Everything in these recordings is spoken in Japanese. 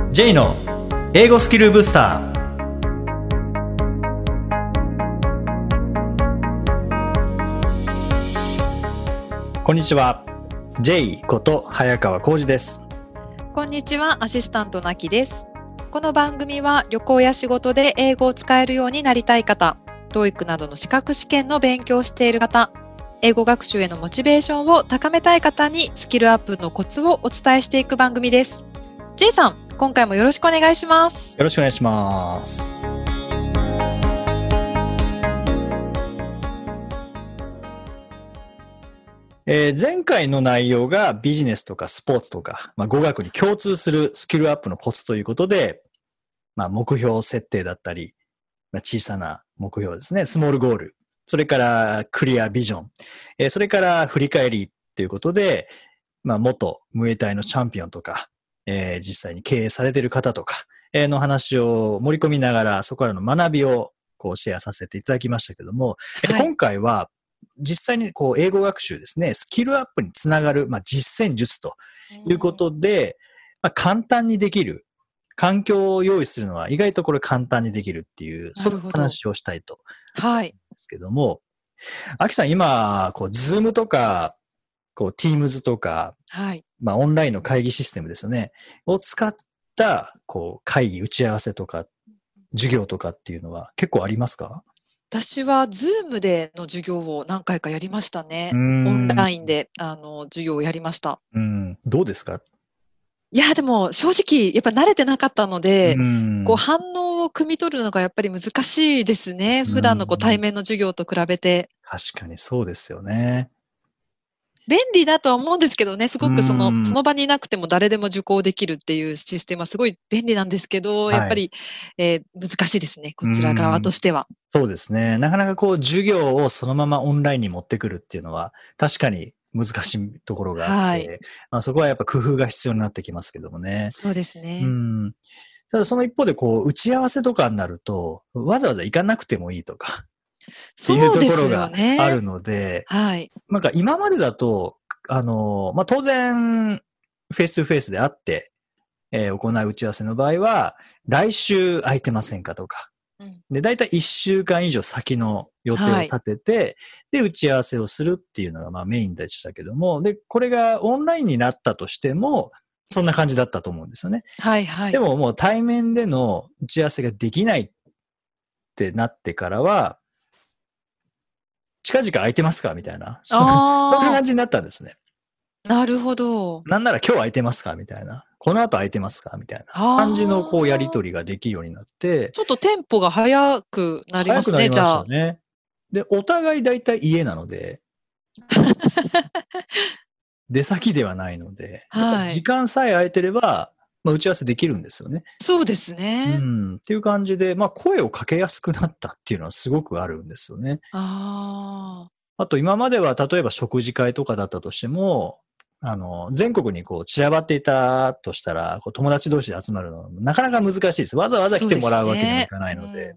J の英語スキルブスター。こんにちは。J こと早川浩二です。 こんにちは、アシスタントなきです。この番組は旅行や仕事で英語を使えるようになりたい方、TOEIC などの資格試験の勉強をしている方、英語学習へのモチベーションを高めたい方にスキルアップのコツをお伝えしていく番組です。J さん、今回もよろしくお願いします。 よろしくお願いします。前回の内容がビジネスとかスポーツとか、語学に共通するスキルアップのコツということで、目標設定だったり、小さな目標ですね、スモールゴール、それからクリアビジョン、それから振り返りということで、元ムエタイのチャンピオンとか、実際に経営されている方とか、の話を盛り込みながら、そこからの学びをシェアさせていただきましたけども、今回は実際に英語学習ですね、スキルアップにつながる、実践術ということで、簡単にできる、環境を用意するのは意外とこれ簡単にできるっていう、その話をしたいと思うんですけども、アキさん今、Zoom とか、Teams とか、オンラインの会議システムですよね、を使った、会議、打ち合わせとか、授業とかっていうのは結構ありますか？ 私は Zoom での授業を何回かやりましたね。オンラインで授業をやりました。 どうですか？ いや、でも正直やっぱ慣れてなかったので、反応を汲み取るのがやっぱり難しいですね。普段の対面の授業と比べて。 確かにそうですよね。 便利だとは思うんですけどね、すごくその場にいなくても誰でも受講できるっていうシステムはすごい便利なんですけど、やっぱり、難しいですね、こちら側としては。 そうですね。なかなか授業をそのままオンラインに持ってくるっていうのは確かに難しいところがあって、そこはやっぱ工夫が必要になってきますけどもね。 そうですね。 ただその一方で打ち合わせとかになると、わざわざ行かなくてもいいとかっていうところがあるので、なんか今までだと、当然、フェイス2フェイスで会って、行う打ち合わせの場合は、来週空いてませんかとか。で、だいたい1週間以上先の予定を立てて、で、打ち合わせをするっていうのがメインでしたけども、で、これがオンラインになったとしても、そんな感じだったと思うんですよね。でももう対面での打ち合わせができないってなってからは、近々空いてますかみたいな。そんな感じになったんですね。 なるほど。 なんなら今日空いてますかみたいな。この後空いてますかみたいな感じのやり取りができるようになって。 ちょっとテンポが早くなりますね、 早くなりましたね。で、お互いだいたい家なので、出先ではないので、時間さえ空いてれば、打ち合わせできるんですよね。 そうですね。 っていう感じで、声をかけやすくなったっていうのはすごくあるんですよね。 あと今までは例えば食事会とかだったとしても、全国に散らばっていたとしたら、友達同士で集まるのはなかなか難しいです。わざわざ来てもらうわけにはいかないので。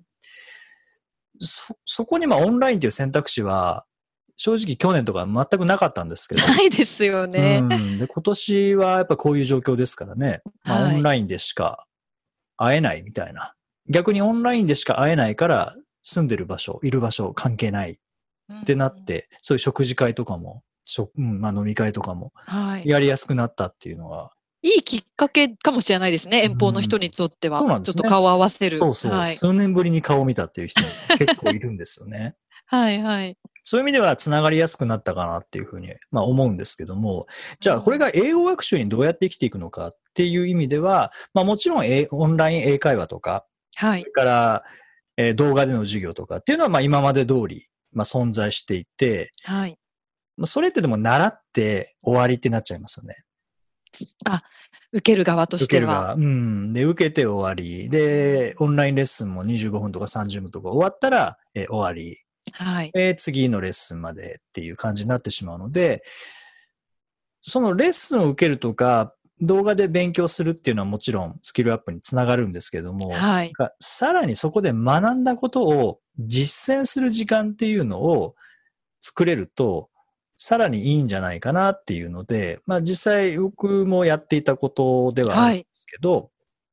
そこにオンラインという選択肢は、正直去年とか全くなかったんですけど。 ないですよね。 で、今年はやっぱこういう状況ですからね。オンラインでしか会えないみたいな。逆にオンラインでしか会えないから、住んでる場所、いる場所関係ないってなって、そういう食事会とかも、飲み会とかもやりやすくなったっていうのは、 いいきっかけかもしれないですね、遠方の人にとっては。 そうなんですね。 ちょっと顔を合わせる。 そうそう。数年ぶりに顔を見たっていう人も結構いるんですよね。そういう意味ではつながりやすくなったかなっていうふうに、思うんですけども、じゃあこれが英語学習にどうやって生きていくのかっていう意味では、もちろんオンライン英会話とか、それから、動画での授業とかっていうのは今まで通り、存在していて、それってでも習って終わりってなっちゃいますよね。 受ける側としては。 で、受けて終わり。で、オンラインレッスンも25分とか30分とか終わったら、終わり。次のレッスンまでっていう感じになってしまうので、そのレッスンを受けるとか、動画で勉強するっていうのはもちろんスキルアップにつながるんですけども、さらにそこで学んだことを実践する時間っていうのを作れると、さらにいいんじゃないかなっていうので、実際僕もやっていたことではあるんですけど、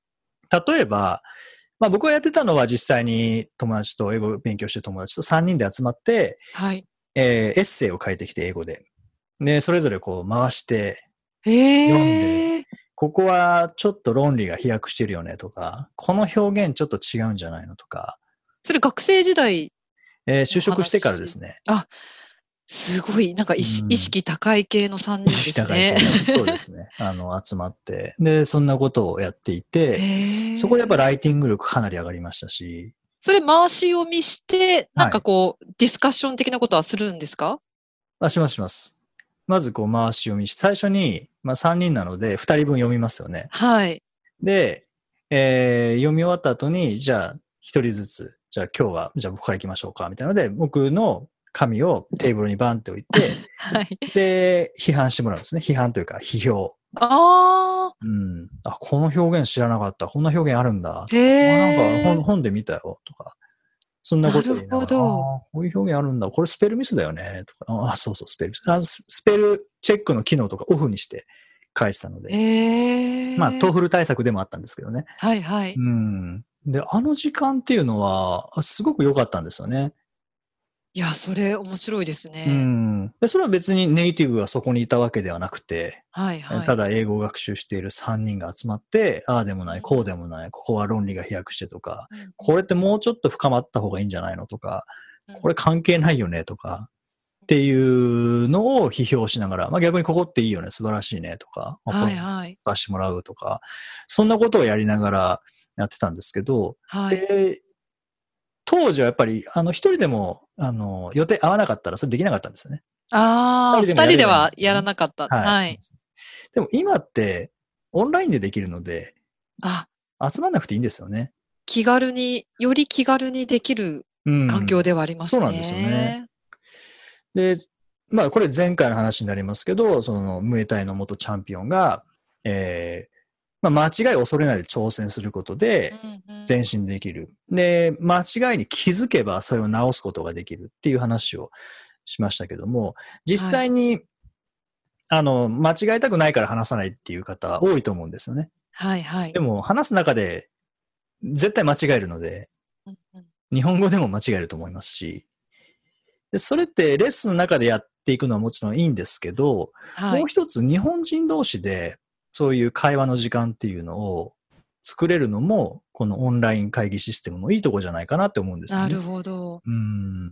例えば、まあ僕がやってたのは実際に友達と、英語を勉強してる友達と3人で集まって、 はい。 エッセイを書いてきて英語で。で、それぞれこう回して読んで、 へえ。 ここはちょっと論理が飛躍してるよねとか、この表現ちょっと違うんじゃないのとか、 それ学生時代就の職してからで話。 すね。 あ、すごい、なんかうん。 意識高い系の3 意人で識高い系すね。 の、そうですね。集まって。で、そんなことをやっていて、そこでやっぱへえ。 ライティング力かなり上がりましたし、 それ回し読みして、なんはい。 かこう、ディスカッション的なことはするんですか？ しますします。まずこう回し読みし、最初に、まあ3人なので2人分読みますよね。 はい。 で、読み終わった後に、じゃあ1人ずつ、じゃあ今日は、じゃあ僕から行きましょうか、みたいなので、僕の紙をテーブルにバンって置いて、 はい。 で、批判してもらうんですね。批判というか、批評。 ああ、 うん。あ、この表現知らなかった。こんな表現あるんだ。とか。あ、なんかへえ、 本で見たよ。とか。そんなことなる言いながら、ああ、 ほど。 こういう表現あるんだ。これスペルミスだよね。とか。ああ、そうそう、スペルミス。スペルチェックの機能とかオフにして返したので。まあ、トーへえ、 フル対策でもあったんですけどね。 はいはい。 うん。で、あの時間っていうのは、すごく良かったんですよね。 いや、それ面白いですうね。 ん。で、それは別にネイティブがそこにいたわけではなくて、 はいはい。 ただ英語を学習している3人が集まって、ああでもない、こうでもない、ここは論理が飛躍してとか、 うんうんこれってもうちょっと深まった方がいいんじゃないのとか、 うん。 これ関係ないよねとか、っていうのを批評しながら、まあ逆にここっていいよね、素晴らしいねとか、まあ、これもはいはい。 貸してもらうとか、そんなことをやりながらやってたんですけど、 はい。 で、当時はやっぱり、一人でも、予定合わなかったらそれできなかったんですよね。二ああ、二人でもやれればいいんで人ではやらすよね。 なかった。 はい。 はい。 でも今って、オンラインでできるので、 あ、 集まんなくていいんですよね。 気軽に、より気軽にできるうん。 環境ではありますそうなんですよね。 ね。 で、まあこれ前回の話になりますけど、そのムエタイの元チャンピオンが、まあ間違いを恐れないで挑戦することうでんうん。 前進できる。で、間違いに気づけばそれを直すことができるっていう話をしましたけども、実はい。 際に、間違えたくないから話さないっていう方多いと思うんですよね。 はいはい。 でも話す中で絶対間違えるので、 うんうん。 日本語でも間違えると思いますし、で、それってレッスンの中でやっていくのはもちろんいいんですけど、 はい。 もう一つ日本人同士でそういう会話の時間っていうのを作れるのも、このオンライン会議システムのいいとこじゃないかなって思うんですよね。 なるほど。 うん。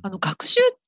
学習って、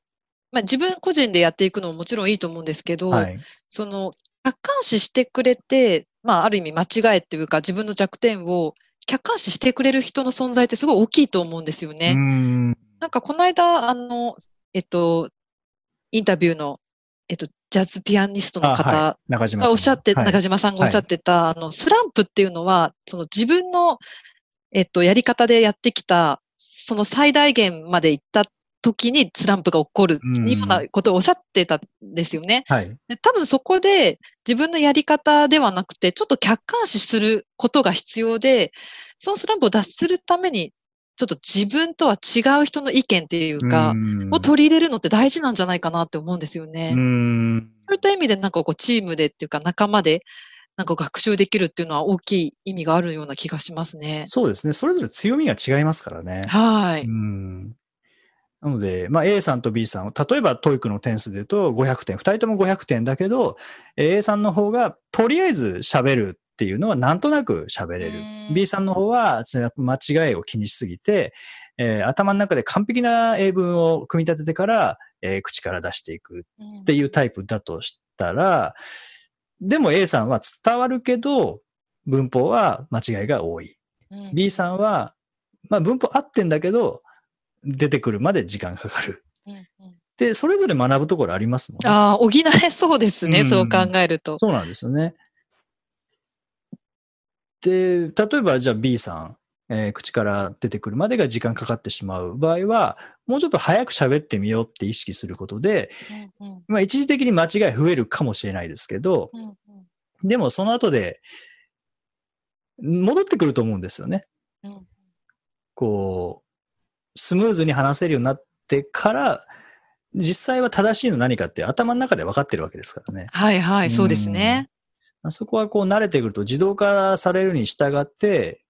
まあ、自分個人でやっていくのももちろんいいと思うんですけど、 はい。 その、客観視してくれて、まあ、ある意味間違いっていうか、自分の弱点を客観視してくれる人の存在ってすごい大きいと思うんですようね。 ん。 なんかこの間、えっと、インタビューの、ジャズピアニストのあ、はい。 方中島さんが。 がおっしゃって、 はい。 中島さんがおっはい。 しゃってた、スランプっていうのは、その自分の、やり方でやってきた、その最大限まで行った時にスランプが起こるうようなん。 ことをおっしゃってたんですよね。 はい。 で多分そこで自分のやり方ではなくて、ちょっと客観視することが必要で、そのスランプを脱出するために、ちょっと自分とは違う人の意見っていううか、をん。 取り入れるのって大事なんじゃないかなって思うんですようね。 ん。 そういった意味でなんかこうチームでっていうか仲間でなんか学習できるっていうのは大きい意味があるような気がしますね。 そうですね。それぞれ強みが違いますからね。うはい。 ん。なので、まあ A さんと B さん、例えば TOEIC の点数で言うと500点、2人とも500点だけど、A さんの方がとりあえず喋るっていうのはなんとなく喋うれる。 ー B ん。 さんの方は間違いを気にしすぎて、頭の中で完璧な英文を組み立ててから、口から出していくうんっていうタイプだとしたら、でも A さんは伝わるけど、文法は間違いが多い。 うん。 B さんは、まあ文法合ってんだけど、出てくるまで時間かかる。 うん。うん。 で、それぞれ学ぶところありますもんね。 ああ、補えそうですうね、そう考ん。 えると。 そうなんですよね。で、例えばじゃあ B さん、口から出てくるまでが時間かかってしまう場合は、もうちょっと早く喋ってみようって意識することで、 うんうん。 まあ一時的に間違い増えるかもしれないですけど、 うんうん。 でもその後で戻ってくると思うんですよね。 うん。 こう、スムーズに話せるようになってから、実際は正しいの何かって頭の中で分かってるわけですからね。 はいはい、 うそうですん。 ね。 そこはこう慣れてくると自動化されるに従って、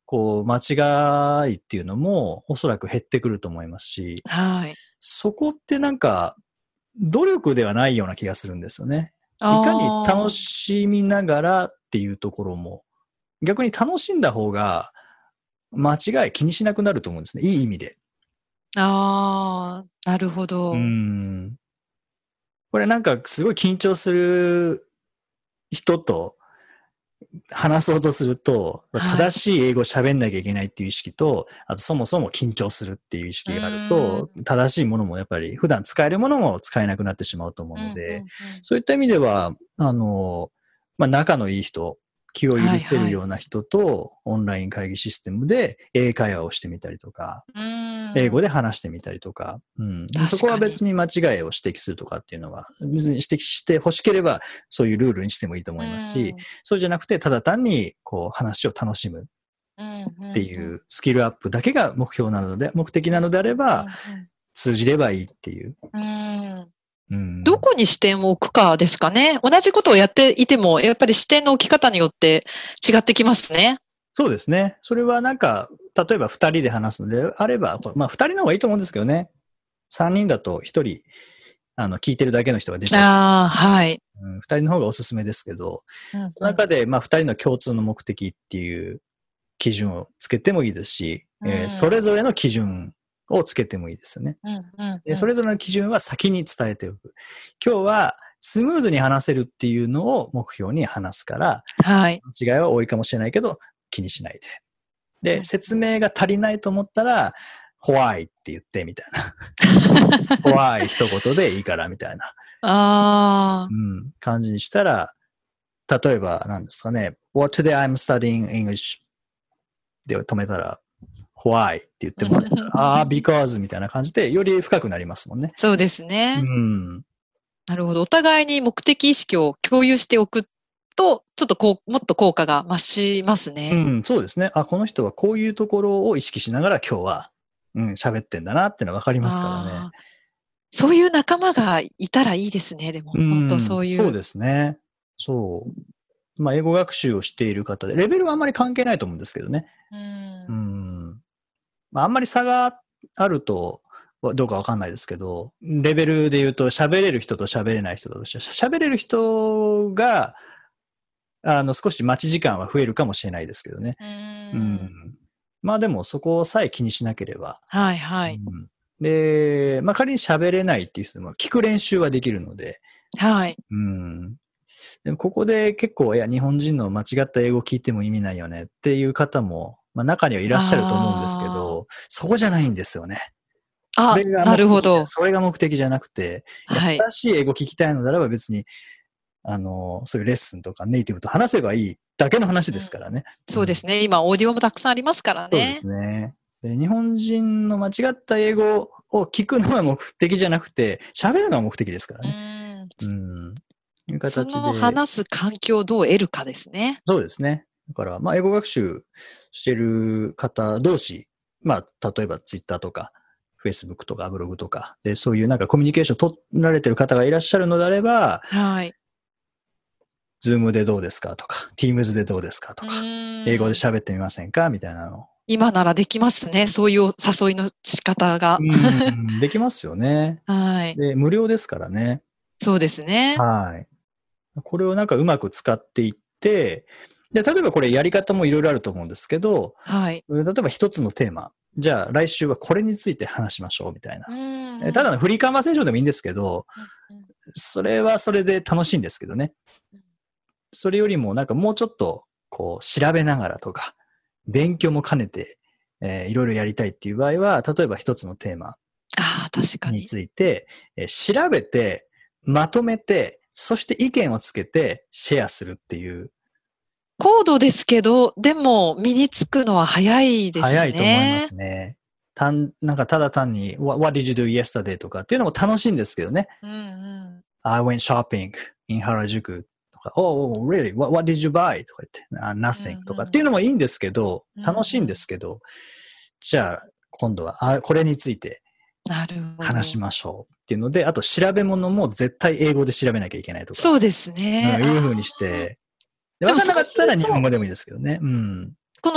こう、間違いっていうのもおそらく減ってくると思いますし、 はい。 そこってなんか、努力ではないような気がするんですよね。いかに楽あしみながらっていうところも、逆に楽しんだ方が、間違い気にしなくなると思うんですね。いい意味で。 あ、なるほうど。 ん。これなんかすごい緊張する人と話そうとすると、 はい。 正しい英語を喋んなきゃいけないっていう意識と、あとそもそも緊張するっていう意う識があると、 ーん。 正しいものもやっぱり普段使えるものも使えなくなってしまうと思ううん、うので、 ん、うん。 そういった意味では、仲のいい人、気を許はいはい。 せるような人とオンライン会議システムで英会話をしてみたりとか、 うーん。 英語で話してみたりとか、そこは確かに。 別に間違いを指摘するとかっていうのは、別に指摘して欲しければそういうルールにしてもいいとう思いますし、 ーん。 そうじゃなくてただ単にこう話を楽しむっうん、うん、うん。 ていうスキルアップだけが目標なので、目的うん、 なのであればうん、うん。 通じればいいっていう。 うーん。 うん、 どこに視点を置くかですかね。同じことをやっていても、やっぱり視点の置き方によって違ってきますね。 そうですね。それはなんか、例えば二人で話すのであれば、まあ二人の方がいいと思うんですけどね。三人だと一人、聞いてるだけの人が出ちゃう。 ああ、はい。 二人の方がおすすめですけど、 うん、うん。 その中で、まあ、二人の共通の目的っていう基準をつけてもいいですし、 うん。 それぞれの基準をつけてもいいですよね。 うん、うん、 で、 うん。 それぞれの基準は先に伝えておく。今日はスムーズに話せるっていうのを目標に話すから、 はい。 間違いは多いかもしれないけど、気にしないで。で、 うん、うん。 説明が足りないと思ったら、why って言ってみたいな。why 一言でいいからみたいな、 ああ。 感じにしたら、例えば何ですかね。What today I'm studying English で止めたら、why って言ってもらえたら、because みたいな感じで、より深くなりますもんね。 そうですうね。 ん。 なるほど。お互いに目的意識を共有しておくと、ちょっともっと効果が増しますね。 うん、そうですね。あ、この人はこういうところを意識しながら今日は、喋ってんだなってのはわかりますからね。 ああ。そういう仲間がいたらいいですね、でも。本当そういう。 そうですね。そう。まあ、英語学習をしている方で、レベルはあんまり関係ないと思うんですけどね。 うん。 まあ、あんまり差があると、どうかわかんないですけど、レベルで言うと喋れる人と喋れない人だとして、喋れる人が、少し待ち時間は増えるかもしれないですけどね。 うーん。 うん。まあでもそこさえ気にしなければ。 はいはい。 うん、で、まあ仮に喋れないっていう人でも聞く練習はできるので、 はい。 うん。でもここで結構、いや、日本人の間違った英語聞いても意味ないよねっていう方も、まあ中にはいらっしゃると思うんですけあど、そこじゃないんですよね。そあ。あ、 れがな目的じゃ、 るほど。 それが目的じゃなくて、いや、 はい。 正しい英語聞きたいのであれば別に、そういうレッスンとかネイティブと話せばいいだけの話うん。 ですからね。うん、 そうですね。今、オーディオもたくさんありますからそうでね。 すね。で、日本人の間違った英語を聞くのが目的じゃなくて、喋るのが目的ですからうね。 ーん。 うん。いうそ形で、 の話す環境をどう得るかですね。 そうですね。だから、まあ、英語学習してる方同士、まあ、例えばツイッターとか、Facebook とかブログとか、で、そういうなんかコミュニケーション取られてる方がいらっしゃるのであれば、 はい。 ズームでどうですかとか、Teams でどうですかとうか、英語でーん。 喋ってみませんかみたいなの。 今ならできますね。そういう誘いの仕方が。 できますよね。 はい。 で、無料ですからね。 そうですね。 はい。これをなんかうまく使っていって、で、例えばこれやり方もいろいろあると思うんですけど、 はい。 例えば一つのテーマ。じゃあ来週はこれについて話しましょうみたいな。 うん、うん。 ただのフリーカンバセーションでもいいんですけど、 うん、うん。 それはそれで楽しいんですけどね。 うん。 それよりもなんかもうちょっとこう調べながらとか、勉強も兼ねて、いろいろやりたいっていう場合は、例えば一つのテーマああ、確かにに。 ついて、調べて、まとめて、そして意見をつけてシェアするっていう、 高度ですけど、でも身につくのは早いです早いと思いまね。 すね。なんかただ単に、What did you do yesterday? とかっていうのも楽しいんですけどね。 うん、うん。 I went shopping in 原宿とか、Oh, really? What did you buy? とか言って、 うん、 Nothing とかってうん。 いうのもいいんですけど、 うん、 楽しいんでうん。 すけど、じゃあ今度は、これについてなるほ話しど。 ましょうっていうので、あと調べ物も絶対英語で調べなきゃいけないとか、 そうですね。あいう風にしあ。 て、で、 でわかんなかもそうすったら日本ると、 語でもいいですけどね。うん。 この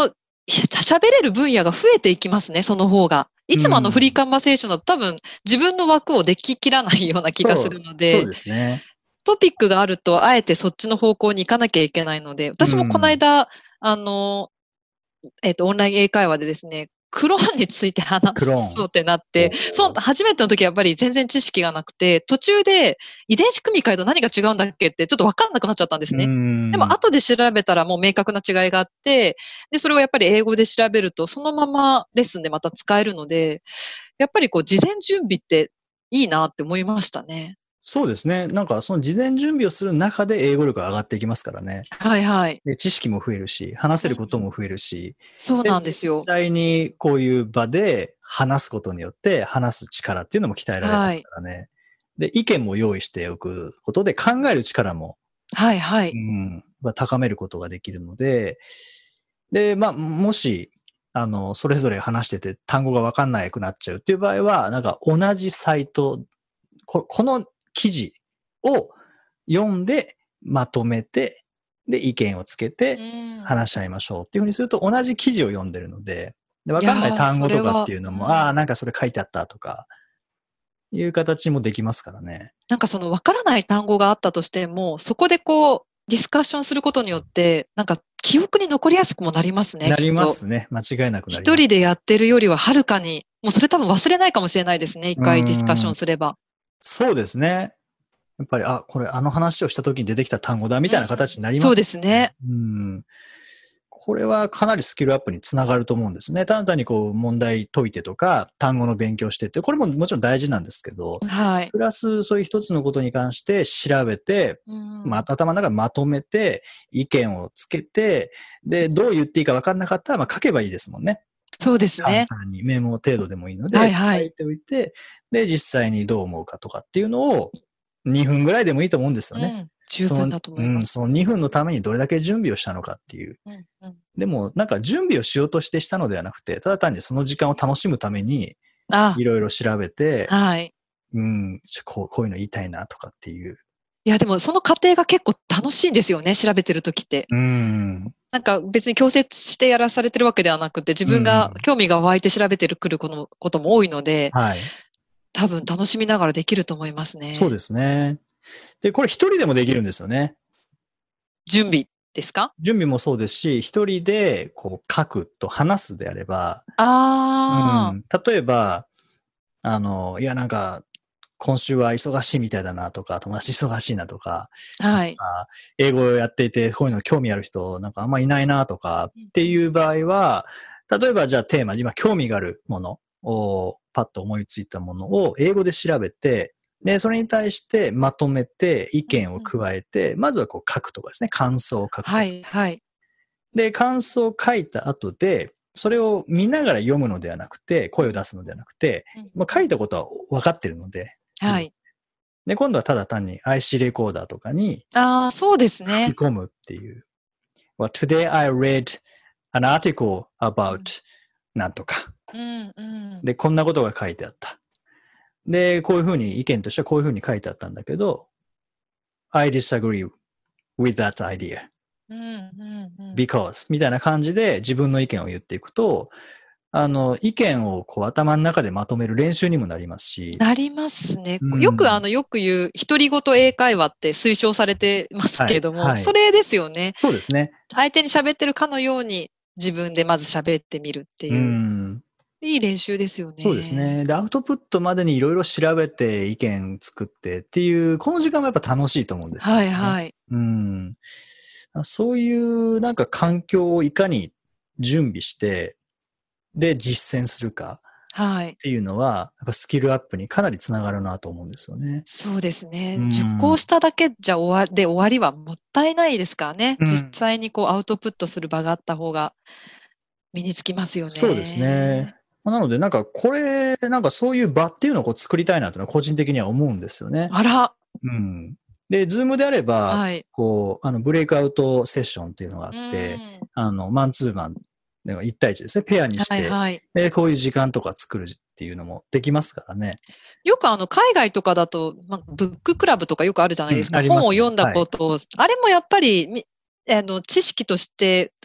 喋れる分野が増えていきますね、その方が。いつもフリーカンバセーションだと多分自分の枠をでききらないような気がするので、 そうですね。 トピックがあると、あえてそっちの方向に行かなきゃいけないので、私もこの間、オンライン英会話でですね、クローンについて話クローン。 そうってなって、初めての時はやっぱり全然知識がなくて、途中で遺伝子組み換えと何が違うんだっけってちょっとわかんなくなっちゃったんですね。でも後で調べたらもう明確な違いがあって、で、それをやっぱり英語で調べると、そのままレッスンでまた使えるので、やっぱり事前準備っていいなって思いましたね。 そうですね。なんかその事前準備をする中で英語力が上がっていきますからね。 はいはい。 で、知識も増えるし、話せることも増えるし、 そうなんですよ。 実際にこういう場で話すことによって話す力っていうのも鍛えられますからね。で、意見も用意しておくことで考える力も、 はいはい。 高めることができるので、で、もし、それぞれ話してて単語がわかんなくなっちゃうっていう場合は、なんか同じサイト、この記事を読んでまとめて、で、意見をつけて話し合いましょうっていうふうにすると同じ記事を読んでるので、わかんない単語とかっていうのも、なんかそれ書いてあったとか、いう形もできますからね。 なんかわからない単語があったとしても、そこでディスカッションすることによって、なんか記憶に残りやすくもなりますね。 なりますね。間違いなくなります。 一人でやってるよりははるかに、もうそれ多分忘れないかもしれないですね。一回ディスカッションすれば。 そうですね。やっぱり、これ話をした時に出てきた単語だみたいな形になりますね。 そうですね。 これはかなりスキルアップにつながると思うんですね。ただ単に問題解いてとか、単語の勉強してって、これももちろん大事なんですけど、 はい。 プラスそういう一つのことに関して調べて、頭の中でまとめて、意見をつけて、で、どう言っていいか分かんなかったら、書けばいいですもんね。 そうですね。 簡単にメモ程度でもいいので、書いておいて、で、実際にどう思うかとかっていうのを2分ぐらいでもいいと思うんですよね。 十分だと思います。 その2分のためにどれだけ準備をしたのかっていう。でも、なんか準備をしようとしてしたのではなくて、ただ単にその時間を楽しむために、いろいろ調べて、こういうの言いたいなとかっていう。 いや、でもその過程が結構楽しいんですよね、調べてる時って。なんか別に強制してやらされてるわけではなくて、自分が興味が湧いて調べてくることも多いので、多分楽しみながらできると思いますね。 そうですね。で、これ一人でもできるんですよね。 準備ですか？ 準備もそうですし、一人で書くと話すであれば、例えば、いやなんか、今週は忙しいみたいだなとか、友達忙しいなとか、英語をやっていて、こういうの興味ある人なんかあんまいないなとかっていう場合は、例えばじゃあテーマ、今興味があるものをパッと思いついたものを英語で調べて、で、それに対してまとめて意見を加えて、まずは書くとかですね、感想を書くとか。で、感想を書いた後で、それを見ながら読むのではなくて、声を出すのではなくて、書いたことは分かってるので、で、今度はただ単に IC レコーダーとかにそうですね。 吹き込むっていう。Today I read an article about なんとか。で、こんなことが書いてあった。で、こういうふうに意見としてはこういうふうに書いてあったんだけど、I disagree with that idea.because みたいな感じで自分の意見を言っていくと、意見を頭の中でまとめる練習にもなりますし。 なりますね。よく言う、独り言英会話って推奨されてますけれども、それですよね。 そうですね。 相手に喋ってるかのように自分でまず喋ってみるっていう。いい練習ですよね。 そうですね。で、アウトプットまでにいろいろ調べて意見作ってっていう、この時間もやっぱ楽しいと思うんですよね。そういうなんか環境をいかに準備して、で、実践するかっていうのは、やっぱスキルアップにかなりつながるなと思うんですよね。 そうですね。受講しただけじゃ終わりはもったいないですからね。実際にアウトプットする場があった方が身につきますよね。 そうですね。なので、なんかこれ、なんかそういう場っていうのを作りたいなというのは個人的には思うんですよね。で、ズームであれば、ブレイクアウトセッションっていうのがあって、マンツーマン、1対1ですね、ペアにして、で、こういう時間とか作るっていうのもできますからね。 よく海外とかだと、ブッククラブとかよくあるじゃないですか。本を読んだことを、あれもやっぱり、知識として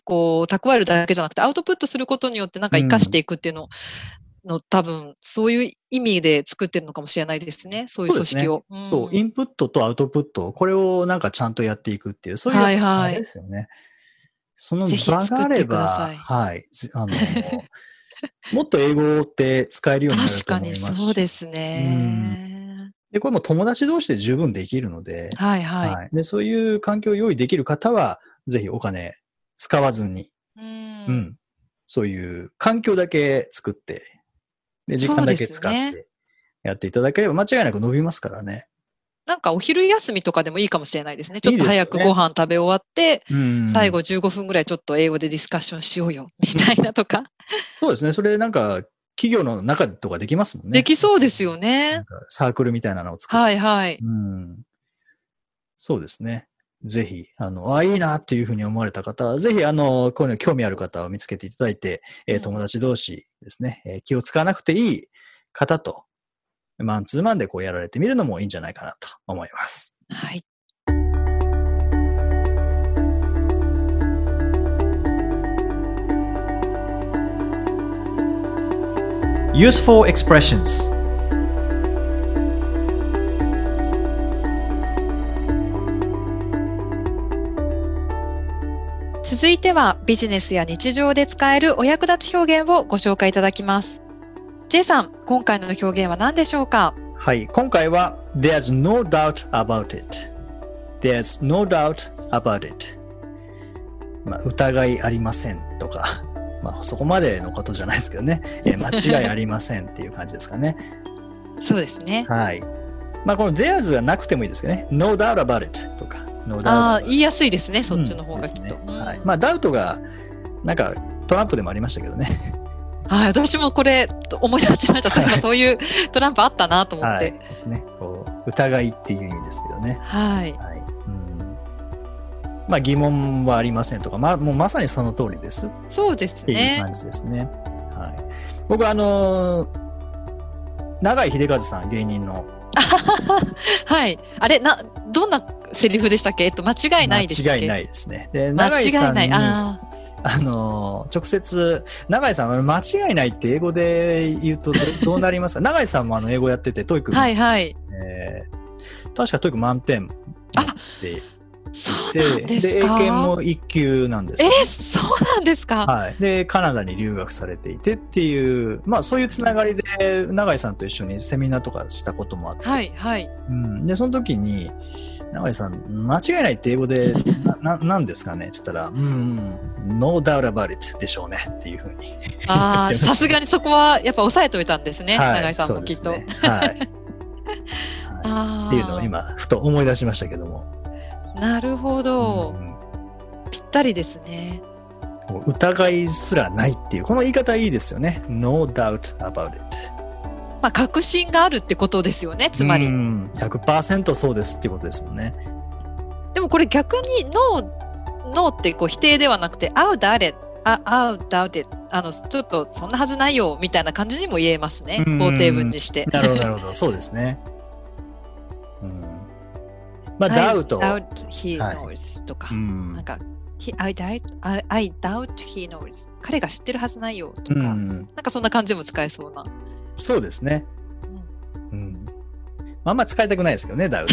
こう蓄えるだけじゃなくてアウトプットすることによってなんか活かしていくっていうの多分そういう意味で作ってるのかもしれないですね。そういう組織を。 そう、インプットとアウトプット、これをなんかちゃんとやっていくっていう、そういうあれですよね。その場があれば、はい。もっと英語って使えるようになると思いますし。 確かにそうですね。 で、これも友達同士で十分できるので、で、そういう環境を用意できる方は、ぜひお金使わずに、そういう環境だけ作って、で、時間だけ使ってやっていただければ間違いなく伸びますからね。 なんかお昼休みとかでもいいかもしれないですね。ちょっと早くご飯食べ終わって、最後15分ぐらいちょっと英語でディスカッションしようよ、みたいなとか。 そうですね。それなんか、企業の中とかできますもんね。 できそうですよね。 なんかサークルみたいなのを作って。そうですね。ぜひ、いいなっていうふうに思われた方は、ぜひ、こういうの興味ある方を見つけていただいて、友達同士ですね、気を使わなくていい方と、マンツーマンでこうやられてみるのもいいんじゃないかなと思います。 はい。 Useful expressions。 続いてはビジネスや日常で使えるお役立ち表現をご紹介いただきます。J さん、今回の表現は何でしょうか？ はい、今回は There's no doubt about it。There's no doubt about it。疑いありませんとか、そこまでのことじゃないですけどね。間違いありませんっていう感じですかね。 そうですね。 はい。この There's がなくてもいいですけどね。No doubt about it とか。No doubt 言いやすいですね。そっちの方がきっと。 ダウトが、なんかトランプでもありましたけどね。 はい、私もこれ思い出しました。そういうトランプあったなと思って。 ですね。疑いっていう意味ですけどね。 はい。 疑問はありませんとか、もうまさにその通りです。 そうですね。 っていう感じですね。はい。僕永井秀和さん、芸人の。 はい。あれ、どんなセリフでしたっけ？間違いないですね。 間違いないですね。で、永井さんに、直接、永井さんは間違いないって英語で言うとどうなりますか？永井さんも英語やってて、トイック、 はいはい。 確かトイック満点で。 そうなんですか？ で、英検も1級なんです。 そうなんですか？ はい。で、カナダに留学されていてっていう、そういうつながりで、永井さんと一緒にセミナーとかしたこともあって。 はいはい。 で、その時に、永井さん、間違いないって英語で、なんですかねって言ったら、no doubt about it でしょうねっていうふうに。 さすがにそこはやっぱ抑えておいたんですね、永井さんもきっと。はい。 っていうのを今、ふと思い出しましたけども。 なるほど。ぴったりですね。 疑いすらないっていう、この言い方いいですよね。No doubt about it。 確信があるってことですよね、つまり。 100% そうですっていうことですもんね。 でもこれ逆にノーって否定ではなくて、I'll doubt it。ちょっとそんなはずないよみたいな感じにも言えますね。肯定文にして。 なるほど、なるほど。そうですね。doubt he knows とか、なんかI doubt he knows 彼が知ってるはずないよとか、なんかそんな感じも使えそうな。 そうですね。あんま使いたくないですけどね、doubt。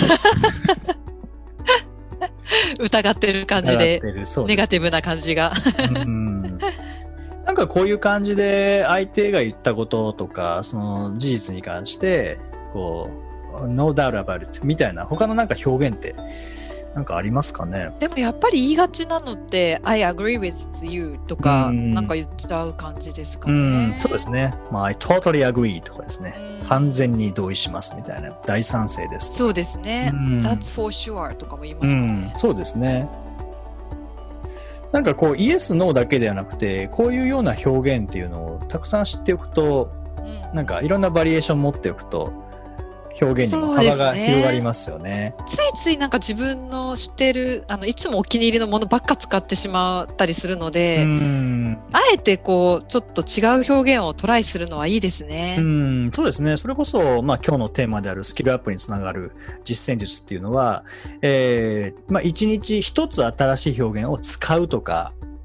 疑ってる感じで、ネガティブな感じが。 なんかこういう感じで相手が言ったこととか、その事実に関して、No doubt about it みたいな他のなんか表現ってなんかありますかね？ でもやっぱり言いがちなのって I agree with you とかなんか言っちゃう感じですかね。 そうですね。I totally agree とかですね。完全に同意しますみたいな。大賛成です。 そうですね。That's for sure とかも言いますかね。 そうですね。なんかイエスノーだけではなくてこういうような表現っていうのをたくさん知っておくと、なんかいろんなバリエーション持っておくと表現にも幅が広がりますよね。 ついついなんか自分の知ってるいつもお気に入りのものばっか使ってしまったりするので、あえてちょっと違う表現をトライするのはいいですね。 そうですね。それこそ今日のテーマであるスキルアップにつながる実践術っていうのは、一日一つ新しい表現を使うとか、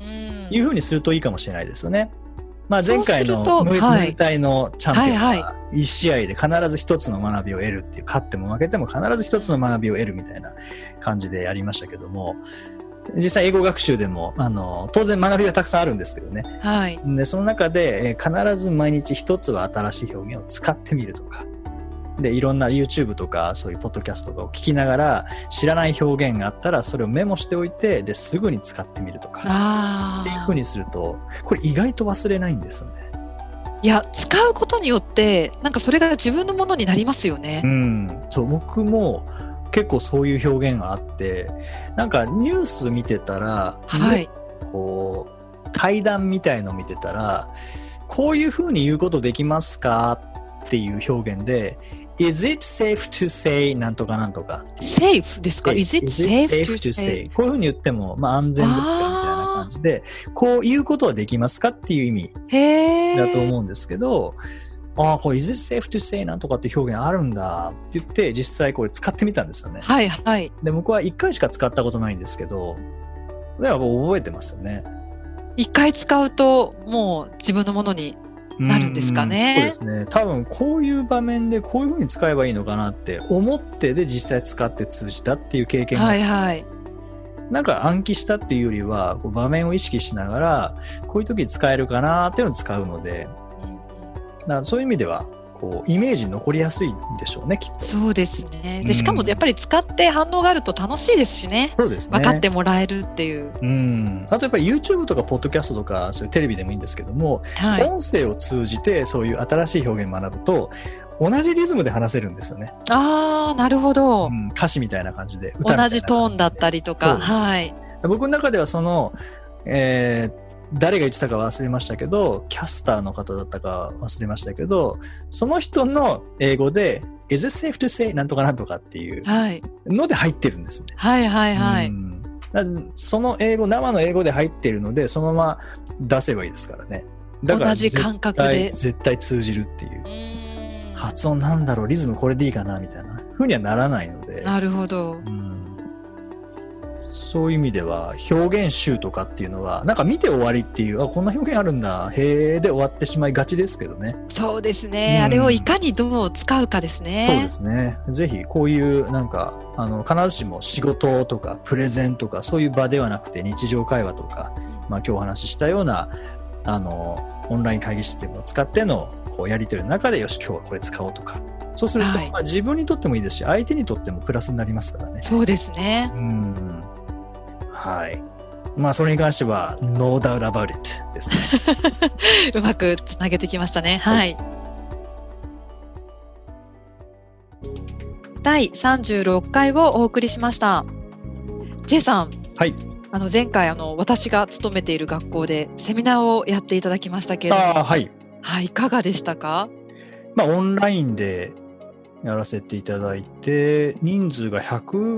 いうふうにするといいかもしれないですよね。まあ、前回のムエタイのチャンピオンは1試合で必ず一つの学びを得るっていう、勝っても負けても必ず一つの学びを得るみたいな感じでやりましたけども、実際英語学習でも当然学びはたくさんあるんですけどね、はい、でその中で、必ず毎日一つは新しい表現を使ってみるとかで、いろんな YouTube とかそういうポッドキャストとかを聞きながら知らない表現があったらそれをメモしておいて、ですぐに使ってみるとかっていう風にすると、これ意外と忘れないんですよね。 いや、使うことによってなんかそれが自分のものになりますよね。 そう、僕も結構そういう表現があって、なんかニュース見てたら、はい、こう対談みたいの見てたら、こういう風に言うことできますかっていう表現で、Is it safe to say なんとかなんとかっていう。 safe ですか？ Is it safe to say こういう風に言っても、まあ、安全ですかみたいな感じで、こういうことはできますかっていう意味だと思うんですけど、これ Is it safe to say なんとかって表現あるんだって言って実際これ使ってみたんですよね。 はいはい。 で、僕は1回しか使ったことないんですけど、ではもう覚えてますよね。 1回使うともう自分のものになるんですかね。 そうですね。多分こういう場面でこういう風に使えばいいのかなって思ってで実際使って通じたっていう経験が、はいはい、なんか暗記したっていうよりはこう場面を意識しながらこういう時に使えるかなっていうのを使うので、だからそういう意味ではこうイメージに残りやすいんでしょうね、きっと。 そうですね。でしかもやっぱり使って反応があると楽しいですしね。 そうですね。 分かってもらえるっていう。 あとやっぱり YouTube とかポッドキャストとかそういうテレビでもいいんですけども、はい、音声を通じてそういう新しい表現を学ぶと同じリズムで話せるんですよね。 ああ、なるほど、 歌詞みたいな感じで、歌みたいな感じで同じトーンだったりとか。はい。 僕の中ではその、誰が言ってたか忘れましたけど、キャスターの方だったか忘れましたけど、その人の英語で Is it safe to say なんとかなんとかっていうので入ってるんですね。 はいはいはい。 その英語、生の英語で入ってるので、そのまま出せばいいですからね。だから同じ感覚で絶対通じるっていう。発音なんだろう、リズムこれでいいかなみたいな風にはならないので。 なるほど。 そういう意味では表現集とかっていうのはなんか見て終わりっていう、こんな表現あるんだへーで終わってしまいがちですけどね。 そうですね、あれをいかにどう使うかですね。 そうですね。ぜひこういうなんか必ずしも仕事とかプレゼンとかそういう場ではなくて日常会話とか、今日お話ししたようなオンライン会議システムを使ってのこうやり取りの中で、よし今日はこれ使おうとか、そうすると、自分にとってもいいですし相手にとってもプラスになりますからね。 そうですね。 はい。まあそれに関しては No doubt about it ですね。 うまくつなげてきましたね。はい。第36回をお送りしました。J さん。はい。前回私が勤めている学校でセミナーをやっていただきましたけれども、はい。はい、いかがでしたか？ まあオンラインでやらせていただいて、人数が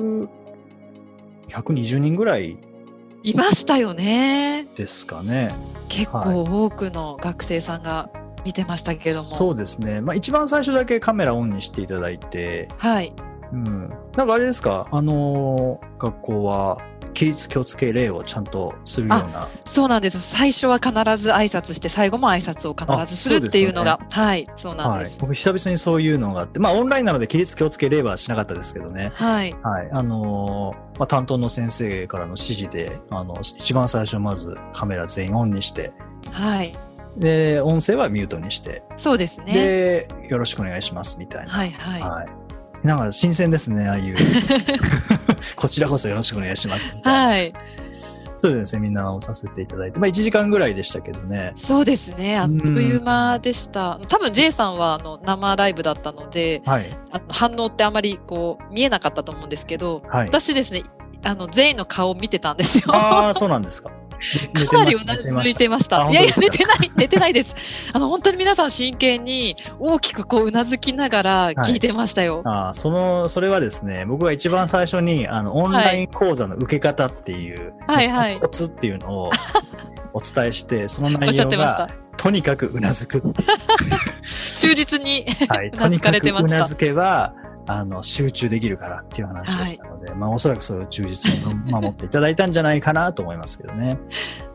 120人ぐらいいましたよね。 ですかね。 結構多くの学生さんが見てましたけども。 そうですね。まあ一番最初だけカメラオンにしていただいて、はい。なんかあれですか、学校は起立気をつけ礼をちゃんとするような。 そうなんです。最初は必ず挨拶して最後も挨拶を必ずするっていうのが、はい、そうなんです。 僕久々にそういうのがあって、まあオンラインなので起立気をつけ礼はしなかったですけどね。はい。はい。まあ、担当の先生からの指示で、一番最初まずカメラ全員オンにして、はい。で、音声はミュートにして、 そうですね。 で、よろしくお願いしますみたいな。はいはい。はい。なんか新鮮ですね、ああいう。こちらこそよろしくお願いしますみたいな。はい。そうですね、セミナーをさせていただいて、まあ1時間ぐらいでしたけどね。 そうですね、あっという間でした。多分 J さんは生ライブだったので、はい、反応ってあまりこう見えなかったと思うんですけど、はい、私ですね、全員の顔を見てたんですよ。 ああ、そうなんですか。 かなりうなずいてました。いやいや、寝てないです。本当に皆さん真剣に大きくこううなずきながら聞いてましたよ。 はい、それはですね、僕が一番最初にオンライン講座の受け方っていう、はい、コツっていうのをお伝えして、その内容がとにかくうなずく。 忠実にうなずかれてました。 とにかくうなずけば集中できるからっていう話をしたので、まあおそらくそれを忠実に守っていただいたんじゃないかなと思いますけどね。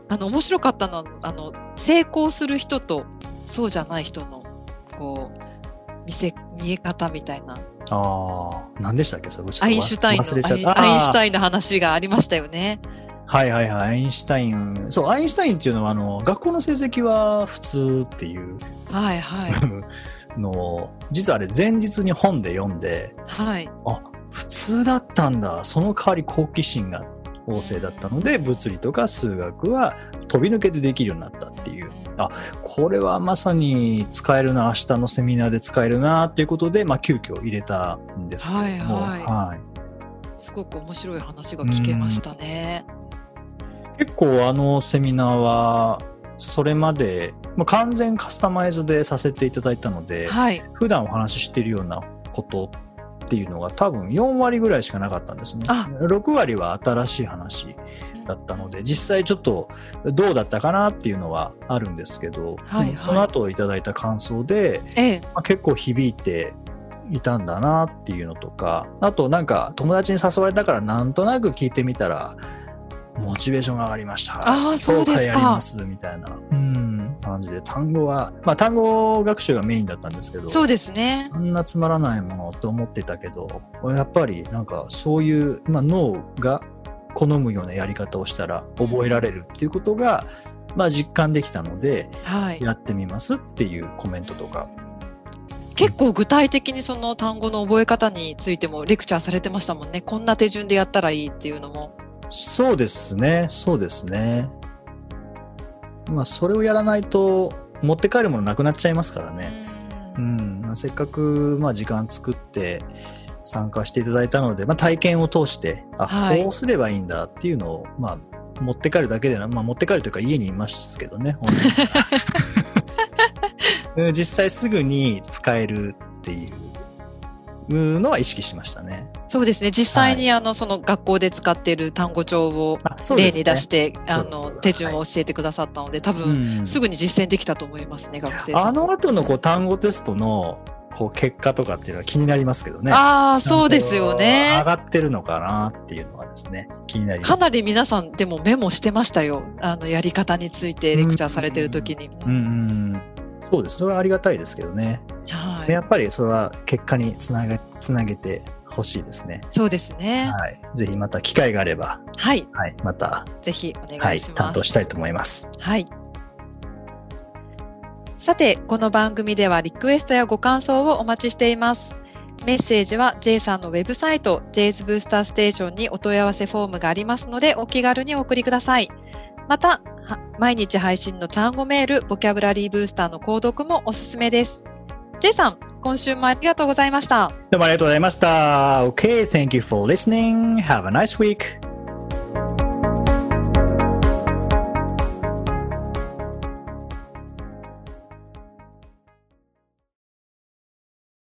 面白かったのは、成功する人とそうじゃない人の、こう、見え方みたいな。 何でしたっけそれ。 アインシュタイン忘れちゃった。 アインシュタインの話がありましたよね。 はいはいはい。アインシュタイン。そう、アインシュタインっていうのは、学校の成績は普通っていうはいはい。 のを、実はあれ前日に本で読んで、 はい。 普通だったんだ。その代わり好奇心が旺盛だったので、物理とか数学は飛び抜けてできるようになったっていう。これはまさに使えるな、明日のセミナーで使えるなっていうことで、急遽入れたんですけども。はい。 すごく面白い話が聞けましたね。 結構セミナーは、それまで、完全カスタマイズでさせていただいたので、普段お話ししているようなことっていうのが多分4割ぐらいしかなかったんですね。6割は新しい話だったので、実際ちょっとどうだったかなっていうのはあるんですけど、その後いただいた感想で、結構響いていたんだなっていうのとか、あとなんか友達に誘われたからなんとなく聞いてみたらモチベーションが上がりました。 そうですか。 やりますみたいな感じで、単語は単語学習がメインだったんですけど、 そうですね。 あんなつまらないものと思ってたけど、やっぱりなんかそういう、脳が好むようなやり方をしたら覚えられるっていうことが、実感できたので、やってみますっていうコメントとか。 結構具体的にその単語の覚え方についてもレクチャーされてましたもんね。こんな手順でやったらいいっていうのも。 そうですね。そうですね。それをやらないと持って帰るものなくなっちゃいますからね。せっかく時間作って参加していただいたので、体験を通してこうすればいいんだっていうのを持って帰るだけで持って帰るというか家にいますけどね。実際すぐに使えるっていうのは意識しましたね。 そうですね。実際にその学校で使っている単語帳を例に出して、手順を教えてくださったので、多分すぐに実践できたと思いますね、学生さん。 後の単語テストの結果とかっていうのは気になりますけどね。 そうですよね。 上がってるのかなっていうのはですね、気になります。 かなり皆さんでもメモしてましたよ。やり方についてレクチャーされてる時に。 そうです。それはありがたいですけどね。やっぱりそれは結果につなげてほしいですね。 そうですね。 ぜひまた機会があれば、またぜひお願いします。 担当したいと思います。 さて、この番組ではリクエストやご感想をお待ちしています。メッセージは J さんのウェブサイト J's ブースターステーションにお問い合わせフォームがありますので、お気軽にお送りください。また、毎日配信の単語メール、ボキャブラリーブースターの購読もおすすめです。J さん、今週もありがとうございました。 どうもありがとうございました。Okay, thank you for listening. Have a nice week.